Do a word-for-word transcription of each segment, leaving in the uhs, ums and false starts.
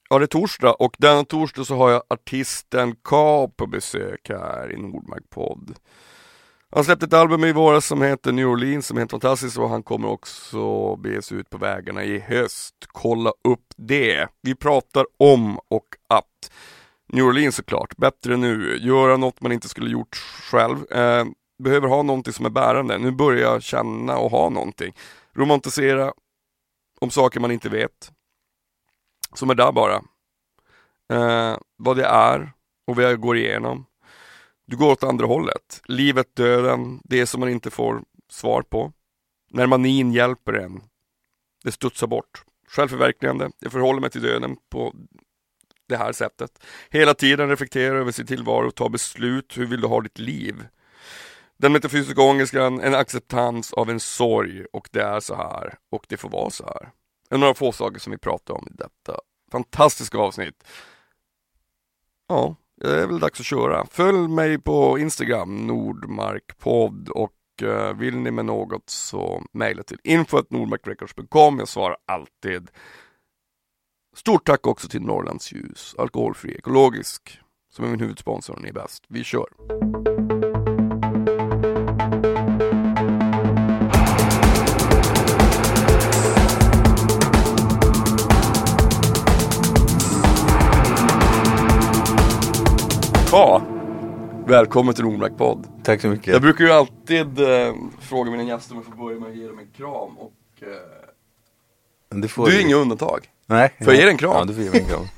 Ja, det är torsdag och denna torsdag så har jag artisten K på besök här i Nordmark-podd. Han släppte ett album i våras som heter New Orleans som är helt fantastiskt och han kommer också be sig ut på vägarna i höst. Kolla upp det. Vi pratar om och att New Orleans såklart, bättre nu, göra något man inte skulle gjort själv. Eh, behöver ha någonting som är bärande. Nu börjar jag känna och ha någonting. Romantisera om saker man inte vet. Som är där bara. Eh, vad det är och vad jag går igenom. Du går åt andra hållet. Livet, döden, det som man inte får svar på. När manin hjälper en. Det studsar bort. Självförverkligande. Jag förhåller mig till döden på det här sättet. Hela tiden reflektera över sin tillvaro och ta beslut. Hur vill du ha ditt liv? Den metafysiska ångestan, en acceptans av en sorg. Och det är så här. Och det får vara så här. Det är några få saker som vi pratar om i detta fantastiska avsnitt. Ja, det är väl dags att köra. Följ mig på Instagram, Nordmarkpodd. Och uh, vill ni med något så mejla till info at nordmarkrecords punkt com. Jag svarar alltid. Stort tack också till Norrlands Ljus, alkoholfri, ekologisk, som är min huvudsponsor och ni är bäst. Vi kör. Ja, välkommen till Nordmark-podd. Tack så mycket. Jag brukar ju alltid eh, fråga mina gäster om jag får börja med att ge dem en kram. Och, eh, det får du är du. inget undantag. Nej. Får jag ge dig en kram? Ja, du får ge mig en kram.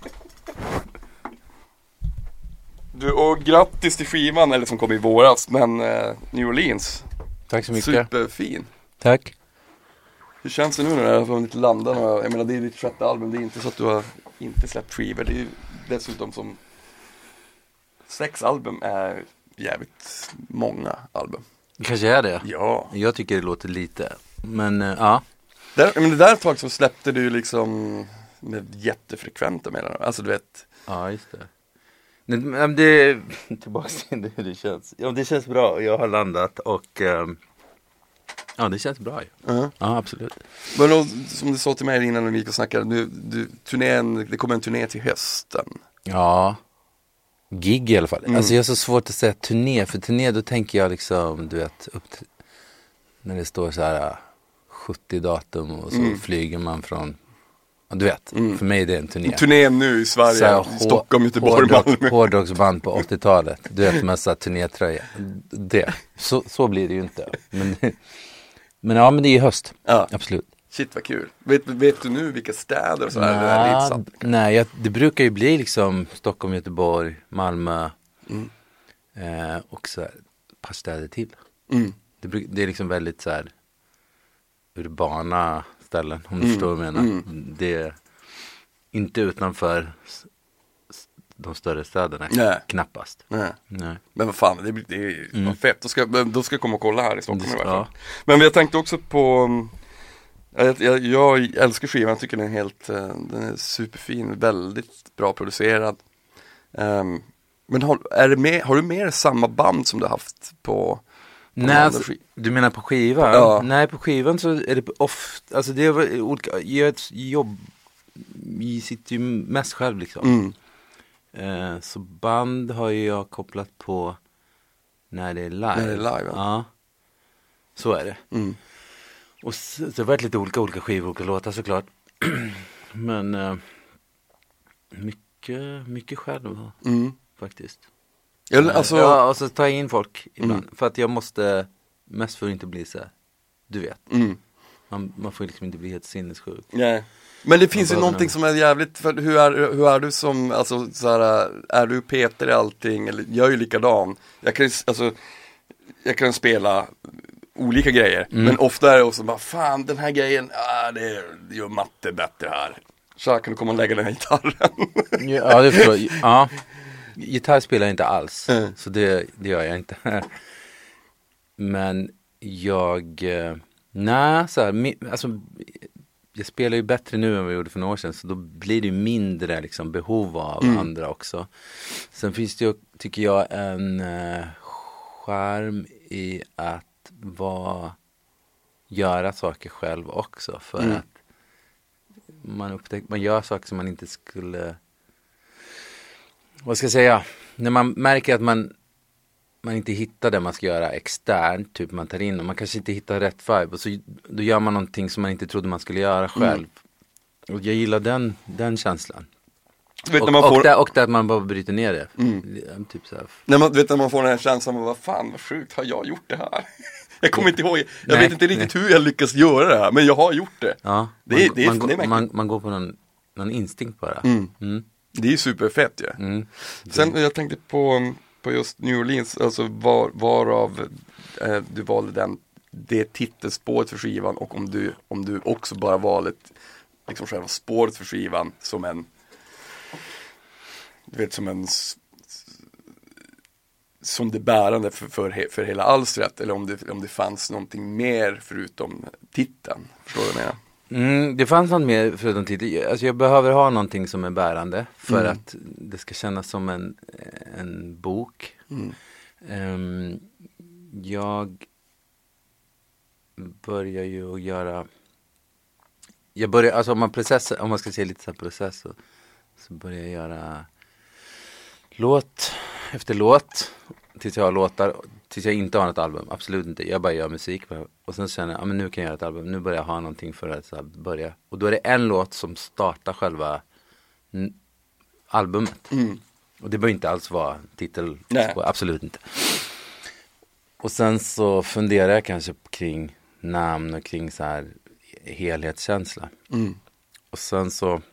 Du, och grattis till skivan, eller som kom i våras, men eh, New Orleans. Tack så mycket. Superfin. Tack. Hur känns det nu när du har hunnit landa? Jag menar, det är ditt sjätte album. Det är inte så att du har inte släppt skivor. Det är ju dessutom som sex album är jävligt många album. Kanske är det. Ja. Jag tycker det låter lite. Men uh, ja. Där, men det där tag så släppte du liksom med jättefrekventa mellan. Alltså du vet. Ja, just det. Men det tillbaka till det, det känns. Ja, det känns bra. Jag har landat och um, ja, det känns bra. Uh-huh. Ja, absolut. Men då, som du sa till mig innan vi gick och snackade, du, du, turnén, det kommer en turné till hösten. Ja. Gig i alla fall. Mm. Alltså jag har så svårt att säga turné. För turné då tänker jag liksom, du vet, upp till, när det står så här sjuttio datum och så mm. flyger man från, du vet, mm. för mig är det en turné. Turnén nu i Sverige, här, i Stockholm, Göteborg, Malmö. Hårdrocksband på åttiotalet. Du vet, med så turnétröja. Det. Så, så blir det ju inte. Men, men ja, men det är ju höst. Ja. Absolut. Shit vad kul. Vet, vet du nu vilka städer och så här Nå, det är satt? Nej, jag, det brukar ju bli liksom Stockholm, Göteborg, Malmö mm. eh, och så här, ett par städer till. Mm. Det, det är liksom väldigt så här urbana ställen, om du mm. förstår vad jag menar. Mm. Det är inte utanför de större städerna, Nej. knappast. Nej. Nej. Men vad fan, det, det är mm. vad fett. Då ska, då ska jag komma och kolla här i Stockholm i alla fall. Men vi har tänkt också på... Jag, jag, jag älskar skivan, jag tycker den är helt den är superfin, väldigt bra producerad. Um, men har, är det med, har du med samma band som du har haft på, på Nej, alltså, du menar på skivan? Ja. Nej, på skivan så är det ofta, alltså det är olika, jag gör ett jobb, vi sitter ju mest själv liksom. Mm. Uh, så band har ju jag kopplat på när det är live. När det är live, ja. Ja. Så är det. Mm. Och så, det har varit lite olika olika skivor, olika låtar såklart. Men uh, mycket, mycket själv mm. faktiskt. Ja, alltså... ja, och så tar jag in folk ibland. Mm. För att jag måste, mest för att inte bli så här, du vet. Mm. Man, man får liksom inte bli helt sinnessjuk. Nej. Men det finns ju någonting som är jävligt, för hur är, hur är du som, alltså så här, är du Peter i allting? Eller, jag är ju likadan. Jag kan, alltså, jag kan spela olika grejer, mm. men ofta är det också bara, fan den här grejen, ah, det, det gör matte bättre här. Så här kan du komma och lägga den här gitarren. Ja, det förstår jag. Ja. Gitarr spelar jag inte alls, mm. så det, det gör jag inte. Men jag, nej, så här, alltså, jag spelar ju bättre nu än vad jag gjorde för några år sedan, så då blir det ju mindre liksom, behov av mm. andra också. Sen finns det ju, tycker jag, en uh, charm i att vara, göra saker själv också, för mm. att man upptäcker, man gör saker som man inte skulle, vad ska jag säga, när man märker att man man inte hittar det man ska göra externt, typ man tar in och man kanske inte hittar rätt vibe och så då gör man någonting som man inte trodde man skulle göra själv. Mm. Och jag gillar den, den känslan. Vet, och, man får... och, det, och det att man bara bryter ner det. Mm. Typ så här. När man, vet, när man får den här känslan av vad fan, vad sjukt, har jag gjort det här? Jag kommer inte ihåg, jag nej, vet inte riktigt nej. hur jag lyckas göra det här, men jag har gjort det. Ja, det, man, är, det är, man, det är man, man går på någon, någon instinkt bara. Mm. Mm. Det är ju superfett ju. Ja. Mm. Sen jag tänkte på, på just New Orleans, alltså var, varav eh, du valde den, det titelspåret för skivan och om du, om du också bara valde liksom själva spåret för skivan som en, du vet, som en som det bärande för, för, för hela alstret, eller om det, om det fanns någonting mer förutom titeln, förstår du vad jag menar? Mm, det fanns något mer förutom titeln. Alltså jag behöver ha någonting som är bärande för mm. att det ska kännas som en, en bok. Mm. Um, jag börjar ju att göra, jag börjar, alltså om man processar, om man ska säga lite så här process så, så börjar jag göra låt efter låt tills jag har låtar, tills jag inte har ett album, absolut inte, jag bara gör musik och sen känner jag, ja men nu kan jag göra ett album, nu börjar jag ha någonting för att så här, börja, och då är det en låt som startar själva n- albumet mm. och det behöver inte alls vara titel, absolut inte. Och sen så funderar jag kanske kring namn och kring så här helhetskänsla. Mm. Och sen så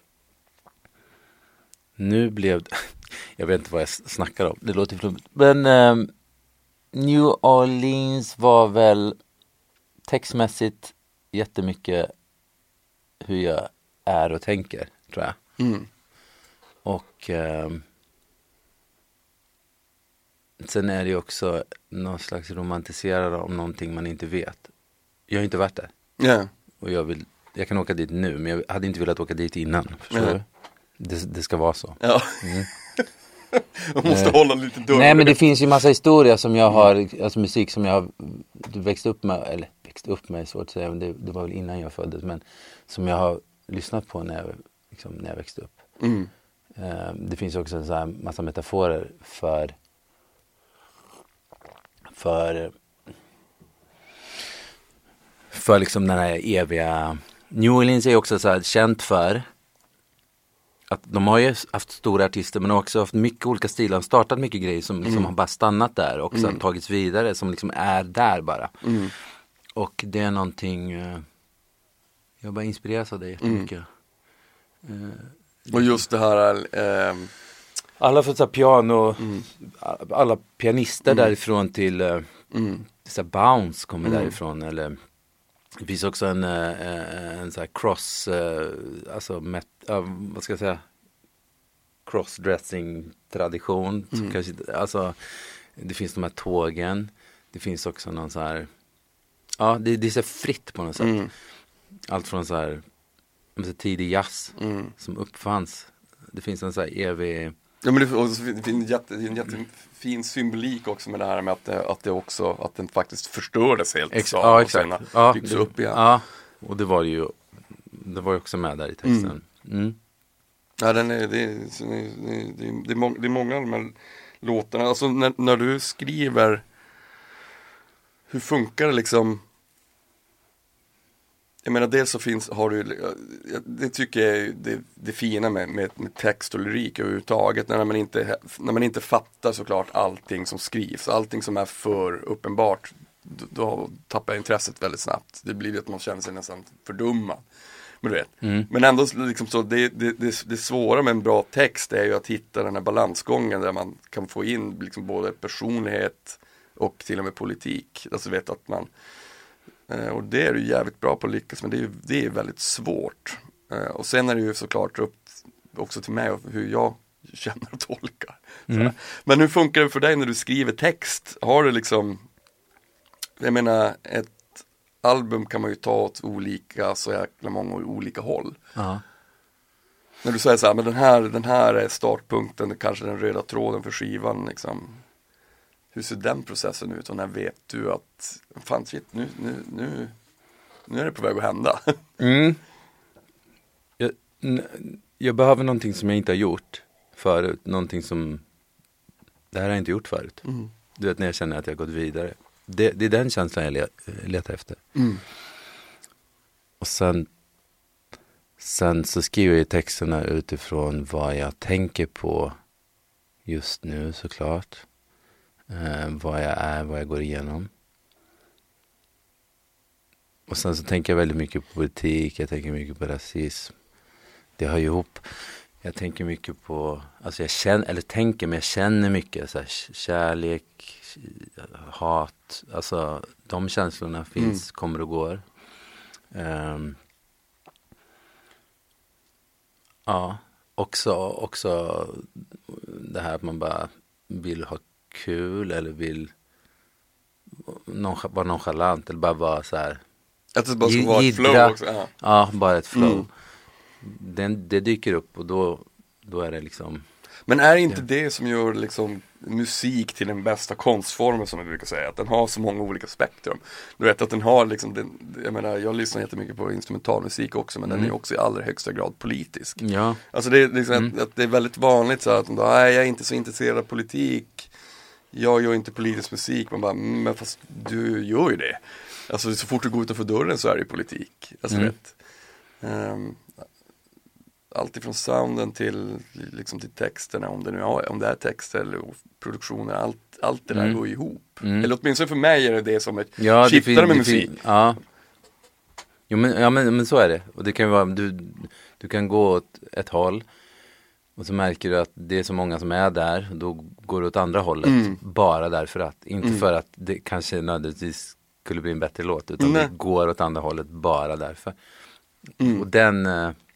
nu blev det, jag vet inte vad jag snackar om, det låter flummigt. Men um, New Orleans var väl textmässigt jättemycket hur jag är och tänker, tror jag. Mm. Och um, sen är det ju också någon slags romantiserare om någonting man inte vet. Jag har inte varit där. Yeah. Och jag vill, jag kan åka dit nu, men jag hade inte velat åka dit innan. Förstår yeah. du? Det, det ska vara så. Ja. Mm. Man måste eh, hålla lite dörr. Nej, men det finns ju massa historier som jag har, alltså musik som jag har växt upp med, eller växt upp med är svårt att säga, men det, det var väl innan jag föddes, men som jag har lyssnat på när jag, liksom, när jag växte upp. Mm. Eh, det finns också så här massa metaforer för för för liksom den här eviga, New Orleans är också så här känt för att de har ju haft stora artister men också haft mycket olika stilar, startat mycket grejer som, mm. som har bara stannat där och sen mm. tagits vidare, som liksom är där bara. Mm. Och det är någonting, jag bara inspireras av det jättemycket. Mm. Och just det här eh... alla för så här piano, mm. alla pianister mm. därifrån till uh, mm. så här Bounce kommer mm. därifrån, eller det finns också en, uh, en så här cross, uh, alltså met, uh, vad ska jag säga, crossdressing tradition. Mm. Kanske, alltså, det finns de här tågen, det finns också någon så här, ja det, det är så fritt på något sätt. Mm. Allt från så här, så tidig jazz mm. som uppfanns. Det finns en så här evig. Ja, men det, och det finns en, jätte, en jättefin symbolik också med det här med att det, att det också, att den faktiskt förstördes helt. Ex- ja, exakt. Och ja, byggs upp igen. Ja, och det var ju, det var ju också med där i texten. Mm. Mm. Ja, den är, det, är, det, är, det, är, det, är många, det är många av de här låtarna. Alltså när, när du skriver, hur funkar det liksom? Jag menar, dels så finns, har du, det tycker jag är det, det fina med, med, med text och lyrik överhuvudtaget, när man, inte, när man inte fattar såklart allting som skrivs, allting som är för uppenbart, då, då tappar jag intresset väldigt snabbt. Det blir att man känner sig nästan fördummad. Men, du vet. Mm. Men ändå liksom så, det, det, det, det svåra med en bra text är ju att hitta den här balansgången där man kan få in liksom både personlighet och till och med politik. Alltså vet att man, och det är du jävligt bra på att lyckas, men det är, det är väldigt svårt. Och sen är det ju såklart upp också till mig hur jag känner och tolkar. Mm. Men hur funkar det för dig när du skriver text? Har du liksom, jag menar, ett album kan man ju ta åt olika, så jäkla många olika håll. Uh-huh. När du säger så här, men den här, den här är startpunkten, kanske den röda tråden för skivan liksom. Hur ser den processen ut och när vet du att fan shit, nu, nu, nu, nu är det på väg att hända? Mm. Jag, Jag behöver någonting som jag inte har gjort förut. Någonting som, det här har jag inte gjort förut. Mm. Du vet, när jag känner att jag har gått vidare. Det, det är den känslan jag le, letar efter. Mm. Och sen, sen så skriver jag texterna utifrån vad jag tänker på just nu, såklart. Eh, vad jag är, vad jag går igenom. Och sen så tänker jag väldigt mycket på politik, jag tänker mycket på rasism. Det hör ju ihop. Jag tänker mycket på, alltså jag känner, eller tänker, men jag känner mycket så här, kärlek, hat, alltså de känslorna finns, mm. kommer och går. Um, ja, också, också det här att man bara vill ha kul eller vill nonch- vara nonchalant eller bara vara så här. Att det bara ska vara ett flow också. Ja, ja bara ett flow. Mm. Den, det dyker upp och då, då är det liksom. Men är inte ja. det som gör liksom musik till den bästa konstformen, som jag brukar säga, att den har så många olika spektrum. Du vet att den har liksom, den, jag menar, jag lyssnar jättemycket på instrumentalmusik också, men mm. den är också i allra högsta grad politisk. Ja. Alltså det är liksom mm. att, att det är väldigt vanligt så att nej, jag är inte så intresserad av politik. Jag gör inte politisk musik. Man bara, men fast du gör ju det. Alltså så fort du går utanför dörren så är det politik. Alltså mm. vet. Um, allt ifrån sounden till, liksom till texterna, om det nu är, om det är texter eller produktioner, allt, allt det där mm. går ihop. Mm. Eller åtminstone för mig är det det som ett ja, kittare med musik. Ja, jo, men, ja men, men så är det. Och det kan ju vara, du, du kan gå åt ett håll och så märker du att det är så många som är där, och då går du åt andra hållet mm. bara därför att, inte mm. för att det kanske nödvändigtvis skulle bli en bättre låt, utan Nej. det går åt andra hållet bara därför. Mm. Och den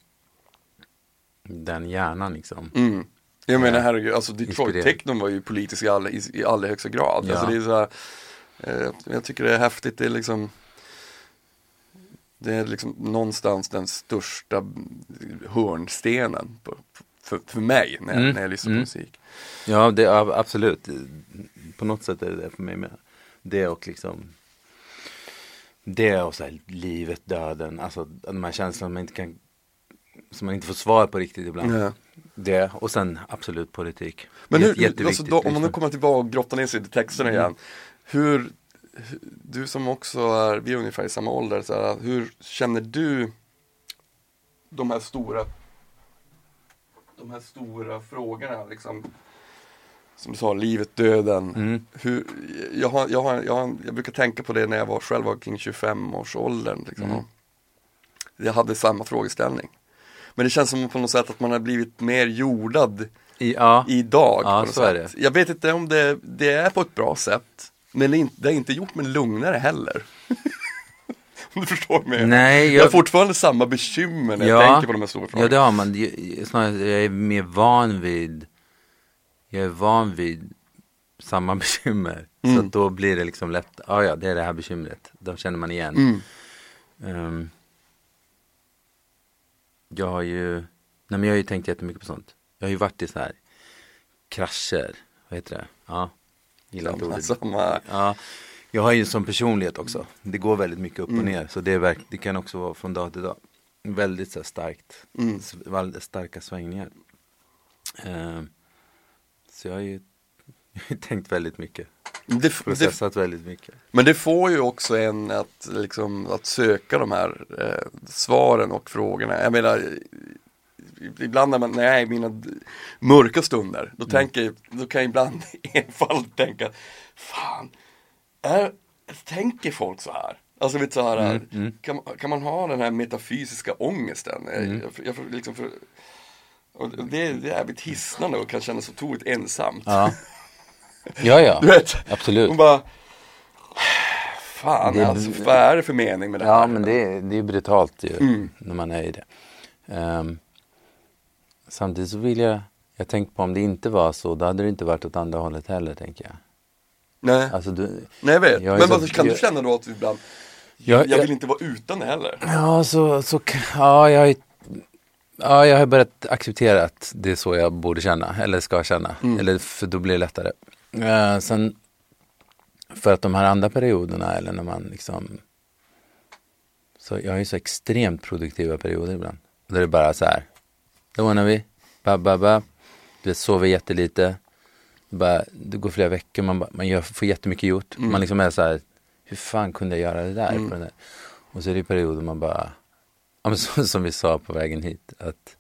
den hjärnan liksom. Mm. Jag menar herregud, alltså Detroit Techno var ju politisk i alla, i, i allra högsta grad. Ja. Alltså det är så här, eh, jag tycker det är häftigt, det är liksom det är liksom någonstans den största hörnstenen på, för, för mig när, mm. när jag lyssnar på mm. musik. Ja, det är absolut. På något sätt är det det för mig med. Det och liksom det och så här, livet, döden, alltså de här känslorna man inte kan, som man inte får svar på riktigt ibland. Ja. Det, och sen absolut politik. Men hur, alltså då, om man nu kommer tillbaka och grottar ner sig i texterna mm. igen, hur, du som också är, vi är ungefär i samma ålder, så här, hur känner du de här stora de här stora frågorna liksom, som du sa, livet, döden. Mm. Hur, jag, har, jag, har, jag, har, jag brukar tänka på det när jag var själv var kring tjugofem-årsåldern. Liksom. Mm. Jag hade samma frågeställning. Men det känns som på något sätt att man har blivit mer jordad I, ja. idag. Ja, på något så sätt. är det. Jag vet inte om det, det är på ett bra sätt. Men det är inte, det är inte gjort med lugnare heller. Om du förstår mig. Nej, jag... jag har fortfarande samma bekymmer när ja. jag tänker på de här stora frågorna. Ja, det har man. Jag, snarare, jag är mer van vid jag är van vid samma bekymmer. Mm. Så att då blir det liksom lätt, ja ah, ja, det är det här bekymret. Då känner man igen. Mm. Um, jag har ju, nej men jag har ju tänkt jättemycket på sånt. Jag har ju varit i så här krascher, vad heter det? Ja, gillar inte ordet. Samma. Ja, jag har ju en sån personlighet också. Det går väldigt mycket upp och mm. ner. Så det, är verk, det kan också vara från dag till dag. Väldigt så här starkt. Mm. Väldigt starka svängningar. Um, Så jag har ju jag har tänkt väldigt mycket. Det, processat det, väldigt mycket. Men det får ju också en att, liksom, att söka de här eh, svaren och frågorna. Jag menar, ibland när, man, när jag är i mina mörka stunder, då, mm. tänker, då kan jag ibland i en fall tänka, fan, är, tänker folk så här? Alltså vet så här, mm. Mm. Kan, kan man ha den här metafysiska ångesten? Mm. Jag, jag, liksom för, och det, det är lite hisnande och kan kännas så otroligt ensamt. Ja, ja, ja. Du vet, absolut. Hon bara, fan, det, alltså, vad är det för mening med det ja, här? Ja, men det är, det är brutalt ju, mm. när man är i det. Um, samtidigt så vill jag, jag tänker på om det inte var så, då hade det inte varit åt andra hållet heller, tänker jag. Nej, alltså, du, Nej jag vet. Jag men så, kan jag, du känna då att du ibland, jag, jag vill jag, inte vara utan det heller? Ja, så, så ja, jag är Ja, jag har börjat acceptera att det är så jag borde känna, eller ska känna, mm. eller för då blir det lättare. Uh, sen, för att de här andra perioderna, eller när man liksom, så jag har ju så extremt produktiva perioder ibland. Där det bara så här, det ordnar vi. Ba, ba, ba. Du sover jättelite. Bara, det går flera veckor, man, bara, man gör, får jättemycket gjort. Mm. Man liksom är så här, hur fan kunde jag göra det där? Mm. På den där? Och så är det perioder man bara, ja, men så, som vi sa på vägen hit, att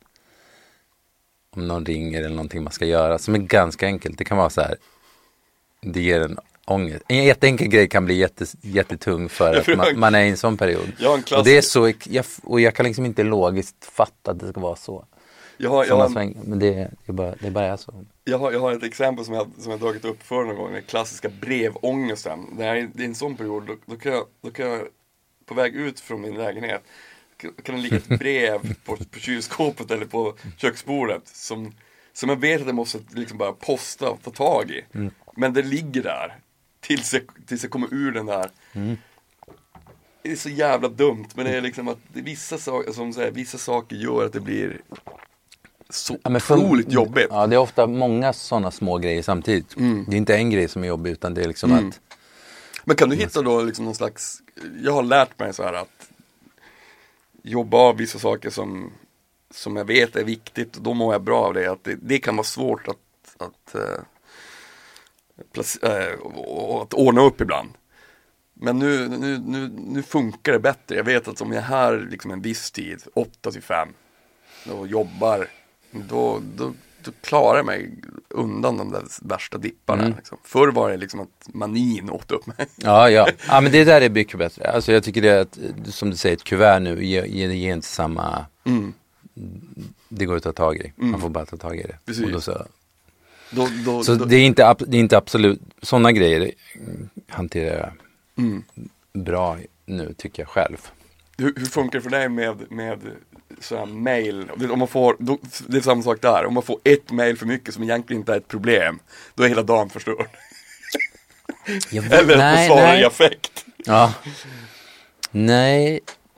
om någon ringer eller någonting man ska göra, som är ganska enkelt, det kan vara så här, det ger en ångest. En jätteenkel grej kan bli jätte, jättetung för att man, man är i en sån period. Och det är så, jag, och jag kan liksom inte logiskt fatta att det ska vara så. Jag har, jag har, sväng, men det, det, bara, det bara är så. Jag har, jag har ett exempel som jag, som jag dragit upp för någon gång, den klassiska brevångesten. Det är, det är en sån period, då, då, kan jag, då kan jag på väg ut från min lägenhet, kan det ligga ett brev på, på kylskåpet eller på köksbordet som, som jag vet att jag måste liksom bara posta och få tag i. Mm. Men det ligger där tills jag, tills jag kommer ur den där. Mm. Det är så jävla dumt, men det är liksom att vissa, so- som säger, vissa saker gör att det blir så ja, otroligt för, jobbigt. Ja, det är ofta många sådana små grejer samtidigt. Mm. Det är inte en grej som är jobbig, utan det är liksom mm. att... Men kan du hitta då liksom någon slags... Jag har lärt mig så här att jobba av vissa saker som, som jag vet är viktigt, och då mår jag bra av det. Att det, det kan vara svårt att, att, äh, plac- äh, och, att ordna upp ibland. Men nu, nu, nu, nu funkar det bättre. Jag vet att om jag är här liksom en viss tid, åtta till fem, och jobbar, då, då, då klarar jag mig undan de där värsta dipparna. Mm. Liksom. Förr var det liksom att manin åt upp mig. Ja, ja. Ja, men det där är mycket bättre. Alltså jag tycker det är att, som du säger, ett kuvert nu ger, ger inte samma... Mm. Det går att ta tag i. Mm. Man får bara ta tag i det. Precis. Och då så då, då, så då. Det, är inte, det är inte absolut... Sådana grejer hanterar jag mm. bra nu, tycker jag själv. Hur, hur funkar det för dig med... med så här mail, om man får, då, det är samma sak där, om man får ett mail för mycket som egentligen inte är ett problem, då är hela dagen förstörd. Vet, eller nej, på svara i affekt. Ja. Nej.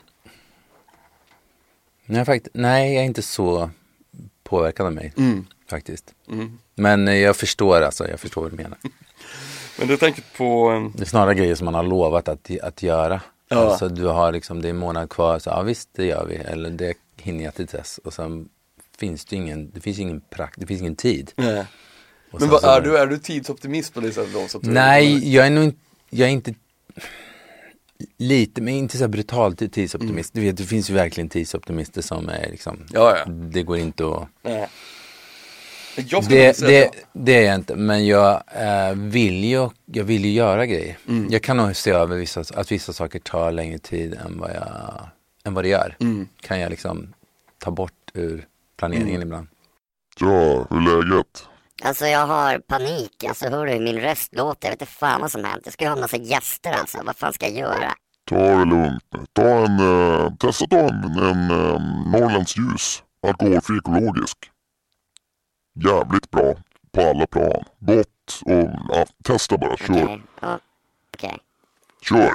Nej, fakt- nej, jag är inte så påverkad av mig mm. faktiskt. Mm. Men jag förstår alltså, jag förstår vad du menar. Men du tänker på... Det är snarare grejer som man har lovat att, att göra. Ja. Alltså du har liksom, det är en månad kvar, så ja visst, det gör vi, eller det hinner jag till dess, och sen finns det ingen, det finns ingen prakt, det finns ingen tid. Nej. Men vad, är, du, är du tidsoptimist på det sättet då? Så att nej, du... jag är nog inte, jag är inte lite, men inte så brutalt tidsoptimist. Mm. Du vet, det finns ju verkligen tidsoptimister som är liksom, ja, ja. Det går inte att... Nej. Det, det, det är jag inte, men jag äh, vill ju jag vill ju göra grejer. Mm. Jag kan nog se över vissa, att vissa saker tar längre tid än vad, jag, än vad det gör. Mm. Kan jag liksom ta bort ur planeringen mm. ibland. Ja, hur är läget? Alltså jag har panik, alltså hör du hur min röst låter? Jag vet inte fan vad som hänt. Jag ska ju ha en massa gäster alltså, vad fan ska jag göra? Ta det lugnt. Ta en, uh, testa ta en, en um, Norrlands ljus, alkoholfri ekologisk. Jävligt bra på alla plan. Gott och ja, testa bara, kör. Okej, okay. ja, okej. Okay. Kör.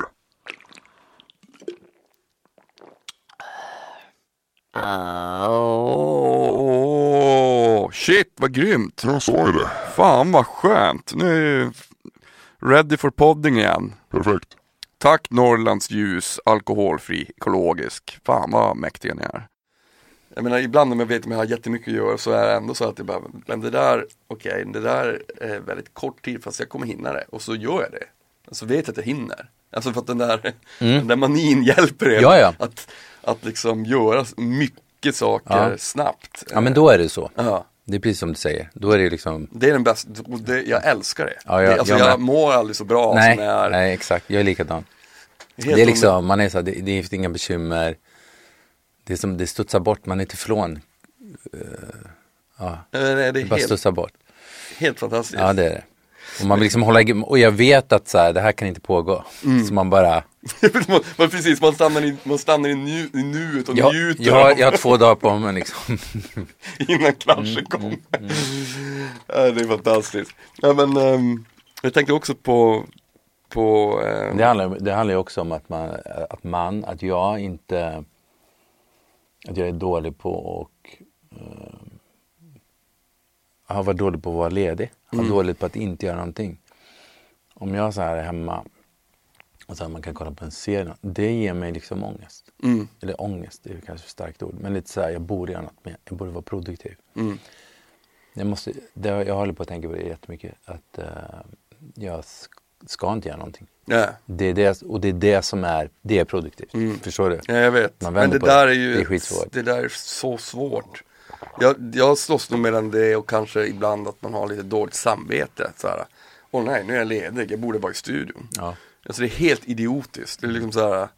Oh, shit, vad grymt. Jag sa ju det. Fan vad skönt. Nu är jag ready for podding igen. Perfekt. Tack Norrlands ljus, alkoholfri, ekologisk. Fan vad mäktiga ni är. Jag menar, ibland om jag vet att jag har jättemycket att göra, så är det ändå så att jag bara, men det där, okej, okay, det där är väldigt kort tid, fast jag kommer hinna det. Och så gör jag det. Alltså vet jag att jag hinner. Alltså för att den där, mm. den där manin hjälper er ja, ja. Att, att liksom göra mycket saker ja. snabbt. Ja, men då är det så. Ja. Det är precis som du säger. Då är det liksom... Det är den bästa, det, jag älskar det. Ja, jag, det alltså, jag, jag mår aldrig så bra nej, som jag är. Nej, exakt. Jag är likadan. Helt det är liksom, man är så här, det, det är inga bekymmer. Det är som, det studsar bort, man är inte ifrån. Uh, ja, nej, det, är det bara helt, studsar bort. Helt fantastiskt. Ja, det är det. Och man vill liksom hålla, och jag vet att så här, det här kan inte pågå. Mm. Så man bara... man, man, precis, man stannar i, man stannar i, nu, i nuet och jag, njuter. Jag, har, jag har två dagar på mig liksom. Innan kraschen mm, kommer. Mm, mm. Ja, det är fantastiskt. Ja, men um, jag tänkte också på... på um... det, handlar, det handlar ju också om att man, att man, att jag inte... Att jag är dålig på och... Uh, jag har varit dålig på att vara ledig. Jag har mm. dåligt på att inte göra någonting. Om jag så här är hemma Och så här, man kan kolla på en serie. Det ger mig liksom ångest. Mm. Eller ångest, det är kanske ett starkt ord. Men lite så här, jag borde göra något mer. Jag borde vara produktiv. Mm. Jag, måste, det, jag håller på att tänka på det jättemycket. Att uh, jag ska inte göra någonting. Ja. Det är det, och det är det som är, det är produktivt. Mm. Förstår du? Ja, jag vet. Man Men det på där det. är ju Det är skitsvårt. det där är så svårt. Jag, jag slåss nog mellan det och kanske ibland att man har lite dåligt samvete. Så här, åh nej, nu är jag ledig, jag borde vara i studion. Ja. Alltså det är helt idiotiskt. Det är liksom så här.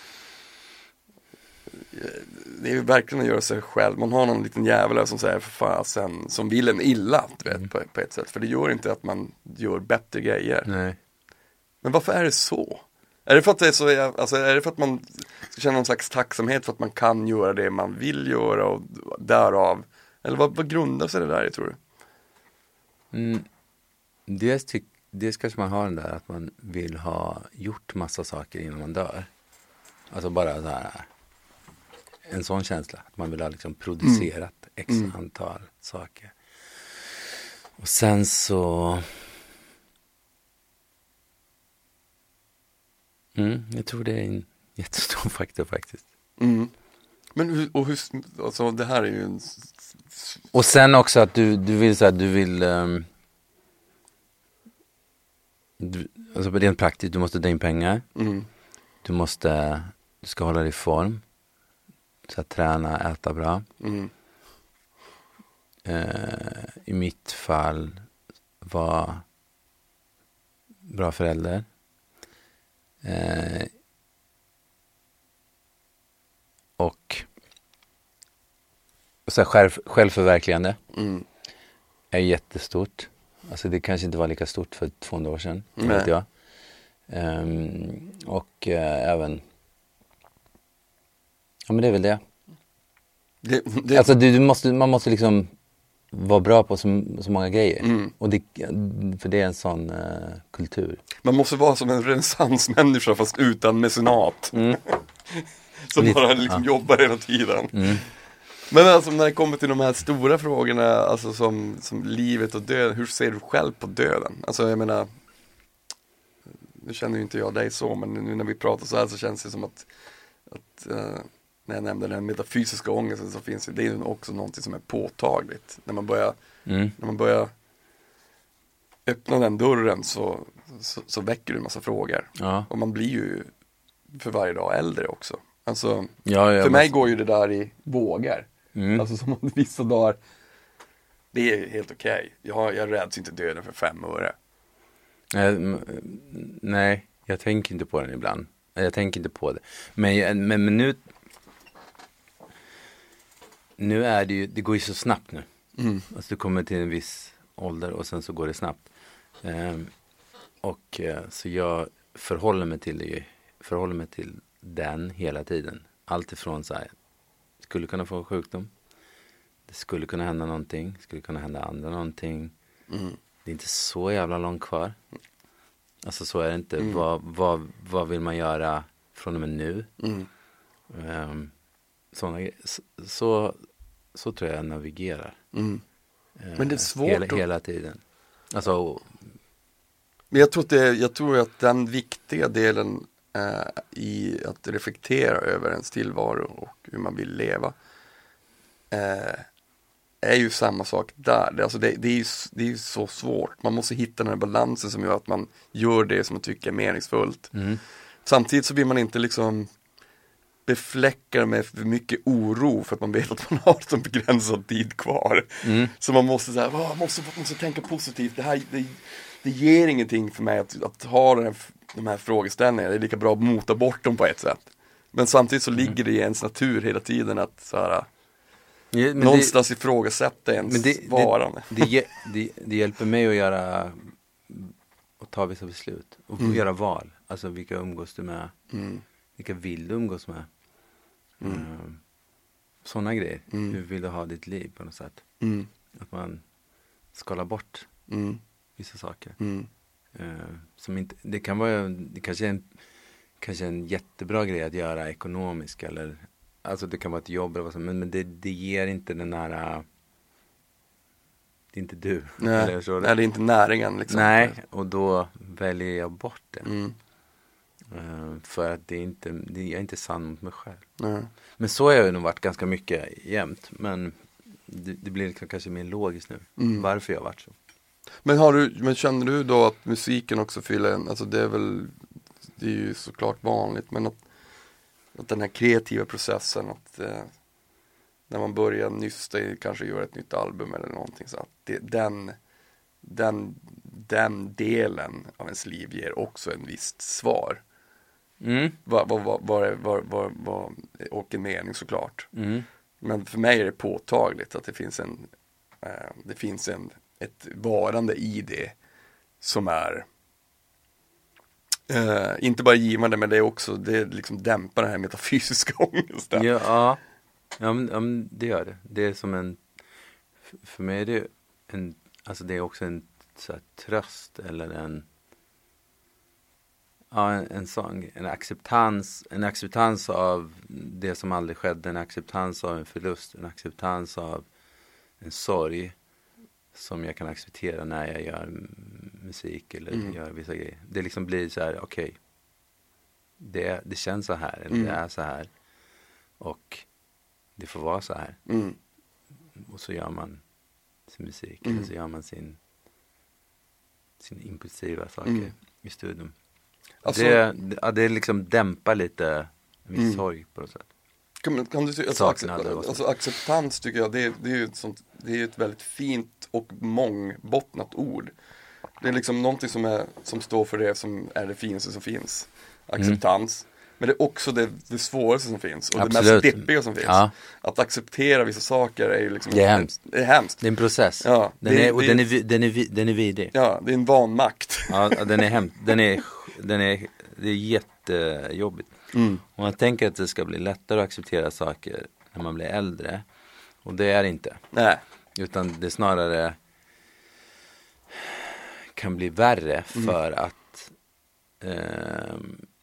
Det är ju verkligen att göra sig själv. Man har någon liten jävel som säger för fasen, som vill en illa, du vet, mm. på, på ett sätt. För det gör inte att man gör bättre grejer. Nej. Men varför är det så? Är det för att det är så, alltså är det för att man ska känna någon slags tacksamhet för att man kan göra det man vill göra och därav? Eller vad, vad grundar sig det där i, tror du? Mm. Dels, tyck, dels kanske man har den där att man vill ha gjort massa saker innan man dör. Alltså bara så här, en sån känsla. Att man vill ha liksom producerat mm. x mm. antal saker. Och sen så... Mm, jag tror det är en jättestor faktor faktiskt. Mm. Men hur, och hur, alltså det här är ju en... Och sen också att du, du vill så här, du vill... Um, du, alltså rent praktiskt, du måste dra in pengar. Mm. Du måste, du ska hålla dig i form. Så att träna, äta bra. Mm. Uh, I mitt fall var bra förälder. Uh, och och så här själv, självförverkligande Mm. är jättestort. Alltså det kanske inte var lika stort för tvåhundra år sedan, Nej. vet jag. Um, och uh, även ja, men det är väl det. det, det... Alltså du, du måste, man måste liksom vara bra på så, så många grejer. Mm. Och det, för det är en sån uh, kultur. Man måste vara som en renässansmänniska fast utan mecenat. Mm. Som Lite, bara liksom ja. jobbar hela tiden. Mm. Men alltså när det kommer till de här stora frågorna, alltså som, som livet och döden, hur ser du själv på döden? Alltså jag menar, nu känner ju inte jag dig så, men nu när vi pratar så här så känns det som att, att uh, när jag nämnde den metafysiska ångesten så finns det, det är ju också någonting som är påtagligt. När man börjar, Mm. när man börjar öppna den dörren så, så, så väcker det en massa frågor. Ja. Och man blir ju för varje dag äldre också. Alltså, Ja, ja, för mig måste... går ju det där i vågar. Mm. Alltså som att vissa dagar, det är helt okej. Okay. Jag, jag räds inte döden för fem öre. Eh, nej, jag tänker inte på den ibland. Jag tänker inte på det. Men, men, men nu nu är det ju, det går ju så snabbt nu. Mm. Alltså du kommer till en viss ålder och sen så går det snabbt. Eh, och eh, så jag förhåller mig till det, förhåller mig till den hela tiden. Allt ifrån så här, skulle kunna få en sjukdom. Det skulle kunna hända någonting. Skulle kunna hända andra någonting. Mm. Det är inte så jävla långt kvar. Alltså så är det inte. Mm. Vad, vad, vad vill man göra från och med nu? Mm. Um, såna, så, så, så tror jag jag navigerar. Mm. Uh, Men det är svårt hela, att... hela tiden. Alltså... Men jag tror, att det, jag tror att den viktiga delen eh, i att reflektera över ens tillvaro och hur man vill leva eh, är ju samma sak där. Det, alltså det, det, är ju, det är ju så svårt. Man måste hitta den här balansen som gör att man gör det som man tycker är meningsfullt. Mm. Samtidigt så vill man inte liksom befläckar med för mycket oro för att man vet att man har så begränsad tid kvar. Mm. Så man måste säga, man måste, man måste tänka positivt. Det här det, det ger ingenting för mig att, att ha den här, de här frågeställningarna. Det är lika bra att mota bort dem på ett sätt. Men samtidigt så ligger det i ens natur hela tiden att så här, ja, någonstans det, ifrågasätta ens men det, varande. Det, det, det, det hjälper mig att göra att ta vissa beslut och Mm. göra val. Alltså vilka umgås du med? Mm. Vilka vill du umgås med? Mm. Uh, sådana grejer. Mm. Hur vill du ha ditt liv på något sätt? Mm. Att man skalar bort Mm. vissa saker. Mm. Uh, som inte, det kan vara, det kanske är en, kanske en jättebra grej att göra ekonomisk eller, alltså det kan vara ett jobb eller vad som, men, men det, det ger inte den här, uh, det är inte du. Nej. Eller så, Nej, det är inte näringen liksom. Nej, och då väljer jag bort det. Mm. Uh, för att det är inte, det, jag är inte sann mot mig själv. Nej. Men så har jag nog varit ganska mycket jämt. Men det, det blir liksom kanske mer logiskt nu. Mm. Varför jag har varit så. Men, har du, men känner du då att musiken också fyller en, alltså det är väl, det är ju såklart vanligt, men att, att den här kreativa processen, att eh, när man börjar nysta i, kanske göra ett nytt album eller någonting, så att det, den, den, den delen av ens liv ger också en visst svar. Mm. Var, var, var, var, var, var, var, och en mening såklart. Mm. Men för mig är det påtagligt att det finns en, eh, det finns en, ett varande i det som är eh, inte bara givande, men det är också, det liksom dämpar den här metafysiska ångesten. Ja, ja. Ja, men, ja, men det gör det. Det är som en, för mig är det en, alltså det är också en så här, tröst eller en, ja, en, en sång, en acceptans, en acceptans av det som aldrig skedde, en acceptans av en förlust, en acceptans av en sorg som jag kan acceptera när jag gör musik eller mm. gör vissa grejer. Det liksom blir så här, okej, okay, det, det känns så här, eller mm. det är så här, och det får vara så här. Mm. Och så gör man sin musik, mm. eller så gör man sin sin impulsiva saker mm. i studion. Alltså, det, det, det liksom dämpar lite en viss mm. sorg på något sätt. Kan, kan du, alltså, accept, alltså acceptans tycker jag, det, det är ju ett, sånt, det är ett väldigt fint och mångbottnat ord. Det är liksom någonting som, är, som står för det som är det finaste som finns. Acceptans. Mm. Men det är också det, det svåraste som finns. Och Absolut. Det mest deppiga som finns. Ja. Att acceptera vissa saker är ju liksom... Det är hemskt. Det är hemskt. Det är en process. Ja, den, det, är, och det, den, är, den, är, den är vidrig. Ja, det är en vanmakt. Ja, den är hemskt. Den är, den är, det är jättejobbigt. Mm. Och man tänker att det ska bli lättare att acceptera saker när man blir äldre. Och det är det inte. Nej. Utan det snarare kan bli värre för mm. att... Eh,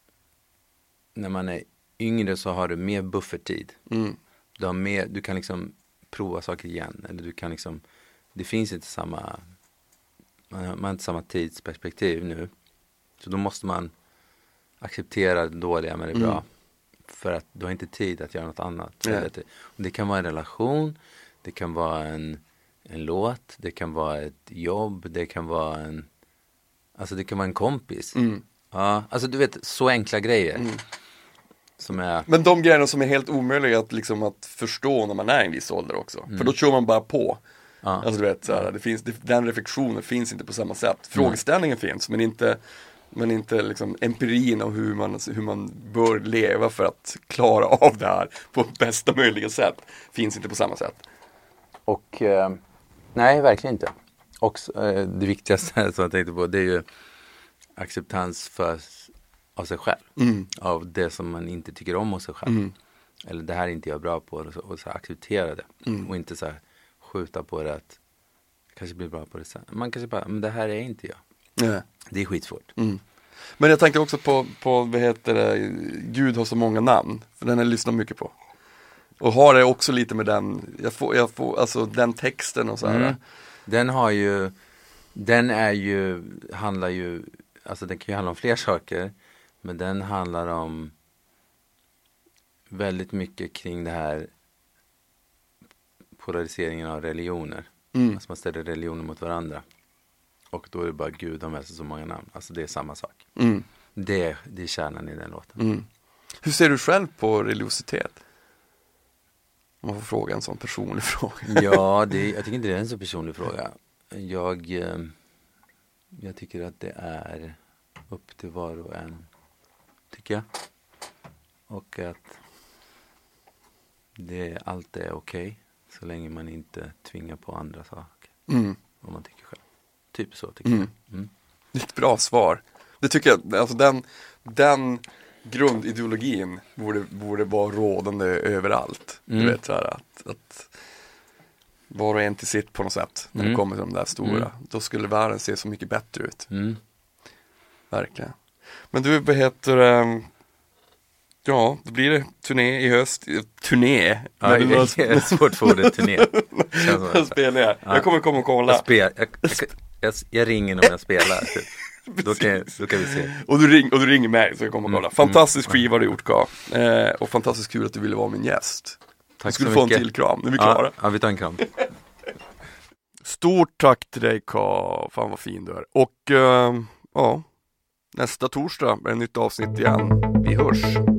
när man är yngre så har du mer buffertid. Mm. Du har mer, du kan liksom prova saker igen. Eller du kan liksom, det finns inte samma, man har, man har inte samma tidsperspektiv nu. Så då måste man acceptera det dåliga med det bra. Mm. För att du har inte tid att göra något annat. Mm. Och det kan vara en relation, det kan vara en, en låt, det kan vara ett jobb, det kan vara en, alltså det kan vara en kompis. Mm. Ja, alltså du vet, så enkla grejer. Mm. Som är... Men de grejerna som är helt omöjliga att, liksom, att förstå när man är i en viss ålder också. Mm. För då kör man bara på. Ja. Alltså du vet, så här, det finns, det, den reflektionen finns inte på samma sätt. Frågeställningen mm. finns, men inte, men inte liksom, empirin av hur man, hur man bör leva för att klara av det här på bästa möjliga sätt finns inte på samma sätt. Och eh, nej, verkligen inte. Och eh, det viktigaste som jag tänkte på, det är ju acceptans för av sig själv. Mm. Av det som man inte tycker om hos sig själv. Mm. Eller det här är inte jag bra på. Och så, och så acceptera det. Mm. Och inte så här skjuta på det att kanske blir bra på det sen. Man kanske bara, men det här är inte jag. Nej. Det är skitsvårt. Mm. Men jag tänker också på, på, vad heter det, Gud har så många namn. För den har jag lyssnat mycket på. Och har det också lite med den, jag får, jag får, alltså den texten och så här. Mm. Den har ju, den är ju, handlar ju, alltså den kan ju handla om fler saker. Men den handlar om väldigt mycket kring det här polariseringen av religioner. Mm. Alltså man ställer religioner mot varandra. Och då är det bara Gud har med sig så många namn. Alltså det är samma sak. Mm. Det, det är kärnan i den låten. Mm. Hur ser du själv på religiositet? Om man får fråga en sån personlig fråga. Ja, det, jag tycker inte det är en så personlig fråga. Jag, jag tycker att det är upp till var och en. Tycker jag. Och att det, allt är okej. Okay, så länge man inte tvingar på andra saker. Mm. Om man tycker själv. Typ så tycker mm. jag. Mm. Det är ett bra svar. Det tycker jag, alltså den, den grundideologin borde, borde vara rådande överallt. Mm. Du vet så här att, att var och en till sitt på något sätt. När mm. det kommer till de där stora. Mm. Då skulle världen se så mycket bättre ut. Mm. Verkligen. Men du, vad heter um, ja, då blir det turné i höst. Turné? Ja, det var svårt för ordet turné. Jag spelar jag. Ja. Jag kommer komma och kolla. Jag, spel, jag, jag, Jag, jag ringer om jag spelar. Typ. Då, kan, då kan vi se. Och du, ring, och du ringer mig så jag kommer och kolla. Mm, Fantastisk mm, skiva du gjort, Ka. Eh, och fantastiskt kul att du ville vara min gäst. Tack du skulle så få mycket. en till kram, nu är vi Ja, klara. ja, vi tar en kram. Stort tack till dig, Ka. Fan vad fin du är. Och eh, ja, nästa torsdag är det ett nytt avsnitt igen. Vi hörs.